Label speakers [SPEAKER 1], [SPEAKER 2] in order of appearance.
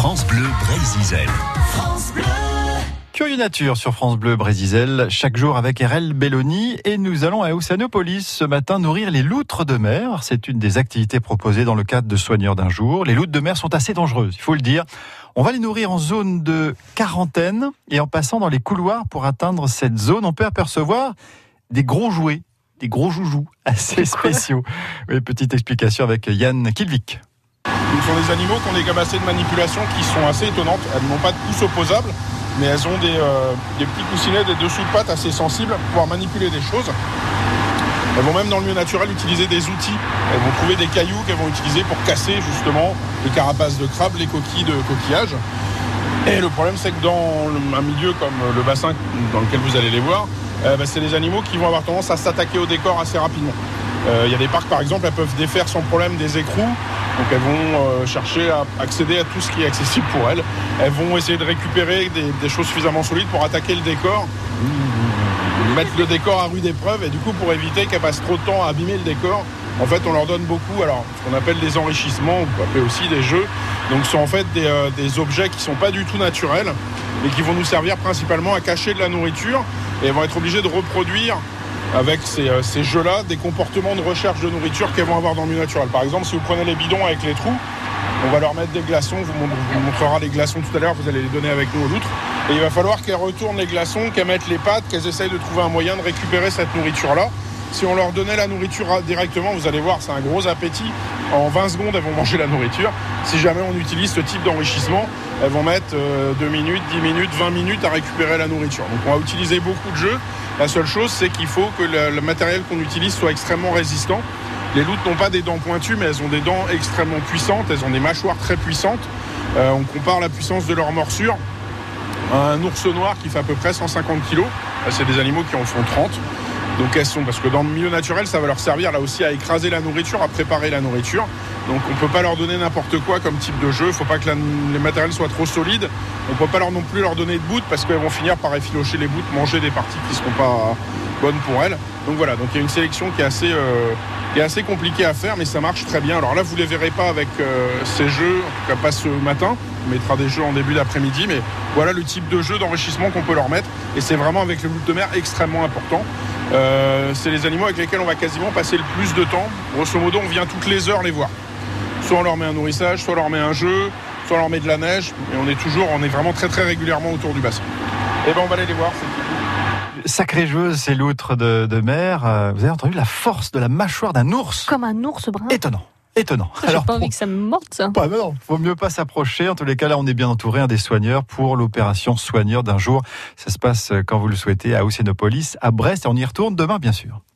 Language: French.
[SPEAKER 1] France Bleu Brésil.
[SPEAKER 2] Curieux Nature sur France Bleu Brésil, chaque jour avec RL Belloni, et nous allons à Oceanopolis ce matin nourrir les loutres de mer. C'est une des activités proposées dans le cadre de Soigneurs d'un jour. Les loutres de mer sont assez dangereuses, il faut le dire. On va les nourrir en zone de quarantaine et en passant dans les couloirs pour atteindre cette zone, on peut apercevoir des gros jouets, des gros joujoux assez spéciaux. Oui, petite explication avec Yann Kilvik.
[SPEAKER 3] Ce sont des animaux qui ont des capacités de manipulation qui sont assez étonnantes. Elles n'ont pas de pouce opposable, mais elles ont des petits coussinets, des dessous de pattes assez sensibles pour pouvoir manipuler des choses. Elles vont même dans le milieu naturel utiliser des outils. Elles vont trouver des cailloux qu'elles vont utiliser pour casser justement les carapaces de crabes, les coquilles de coquillages. Et le problème, c'est que dans un milieu comme le bassin dans lequel vous allez les voir, c'est des animaux qui vont avoir tendance à s'attaquer au décor assez rapidement. Il y a des parcs par exemple, elles peuvent défaire sans problème des écrous, donc elles vont chercher à accéder à tout ce qui est accessible pour elles. Elles vont essayer de récupérer des choses suffisamment solides pour attaquer le décor, mettre le décor à rude épreuve, et du coup pour éviter qu'elles passent trop de temps à abîmer le décor, en fait on leur donne beaucoup, alors ce qu'on appelle des enrichissements, on peut appeler aussi des jeux. Donc ce sont en fait des objets qui ne sont pas du tout naturels, mais qui vont nous servir principalement à cacher de la nourriture, et elles vont être obligées de reproduire avec ces jeux-là, des comportements de recherche de nourriture qu'elles vont avoir dans le milieu naturel. Par exemple, si vous prenez les bidons avec les trous, on va leur mettre des glaçons, vous montrera les glaçons tout à l'heure, vous allez les donner avec nous aux loutres. Et il va falloir qu'elles retournent les glaçons, qu'elles mettent les pattes, qu'elles essayent de trouver un moyen de récupérer cette nourriture-là. Si on leur donnait la nourriture directement, vous allez voir, c'est un gros appétit. En 20 secondes, elles vont manger la nourriture. Si jamais on utilise ce type d'enrichissement, elles vont mettre 2 minutes, 10 minutes, 20 minutes à récupérer la nourriture. Donc on va utiliser beaucoup de jeux. La seule chose, c'est qu'il faut que le matériel qu'on utilise soit extrêmement résistant. Les loutres n'ont pas des dents pointues, mais elles ont des dents extrêmement puissantes. Elles ont des mâchoires très puissantes. On compare la puissance de leur morsure à un ours noir qui fait à peu près 150 kg. C'est des animaux qui en font 30. Donc elles sont, parce que dans le milieu naturel, ça va leur servir là aussi à écraser la nourriture, à préparer la nourriture. Donc on ne peut pas leur donner n'importe quoi comme type de jeu. Il ne faut pas que les matériels soient trop solides. On ne peut pas non plus leur donner de bouts parce qu'elles vont finir par effilocher les bouts, manger des parties qui ne seront pas bonnes pour elles. Donc voilà, donc il y a une sélection qui est assez compliquée à faire, mais ça marche très bien. Alors là, vous ne les verrez pas avec ces jeux, en tout cas pas ce matin. On mettra des jeux en début d'après-midi, mais voilà le type de jeu d'enrichissement qu'on peut leur mettre. Et c'est vraiment avec les loutres de mer extrêmement important. C'est les animaux avec lesquels on va quasiment passer le plus de temps. Grosso modo, on vient toutes les heures les voir. Soit on leur met un nourrissage, soit on leur met un jeu, soit on leur met de la neige. Et on est vraiment très très régulièrement autour du bassin. Et ben on va aller les voir.
[SPEAKER 2] Sacrée joueuse, ces loutres de mer. Vous avez entendu la force de la mâchoire d'un ours.
[SPEAKER 4] Comme un ours brun.
[SPEAKER 2] Étonnant.
[SPEAKER 4] J'ai pas envie que ça me morde, ça.
[SPEAKER 2] Bah non, faut mieux pas s'approcher. En tous les cas, là, on est bien entouré des soigneurs pour l'opération Soigneurs d'un jour. Ça se passe quand vous le souhaitez à Oceanopolis, à Brest, et on y retourne demain, bien sûr.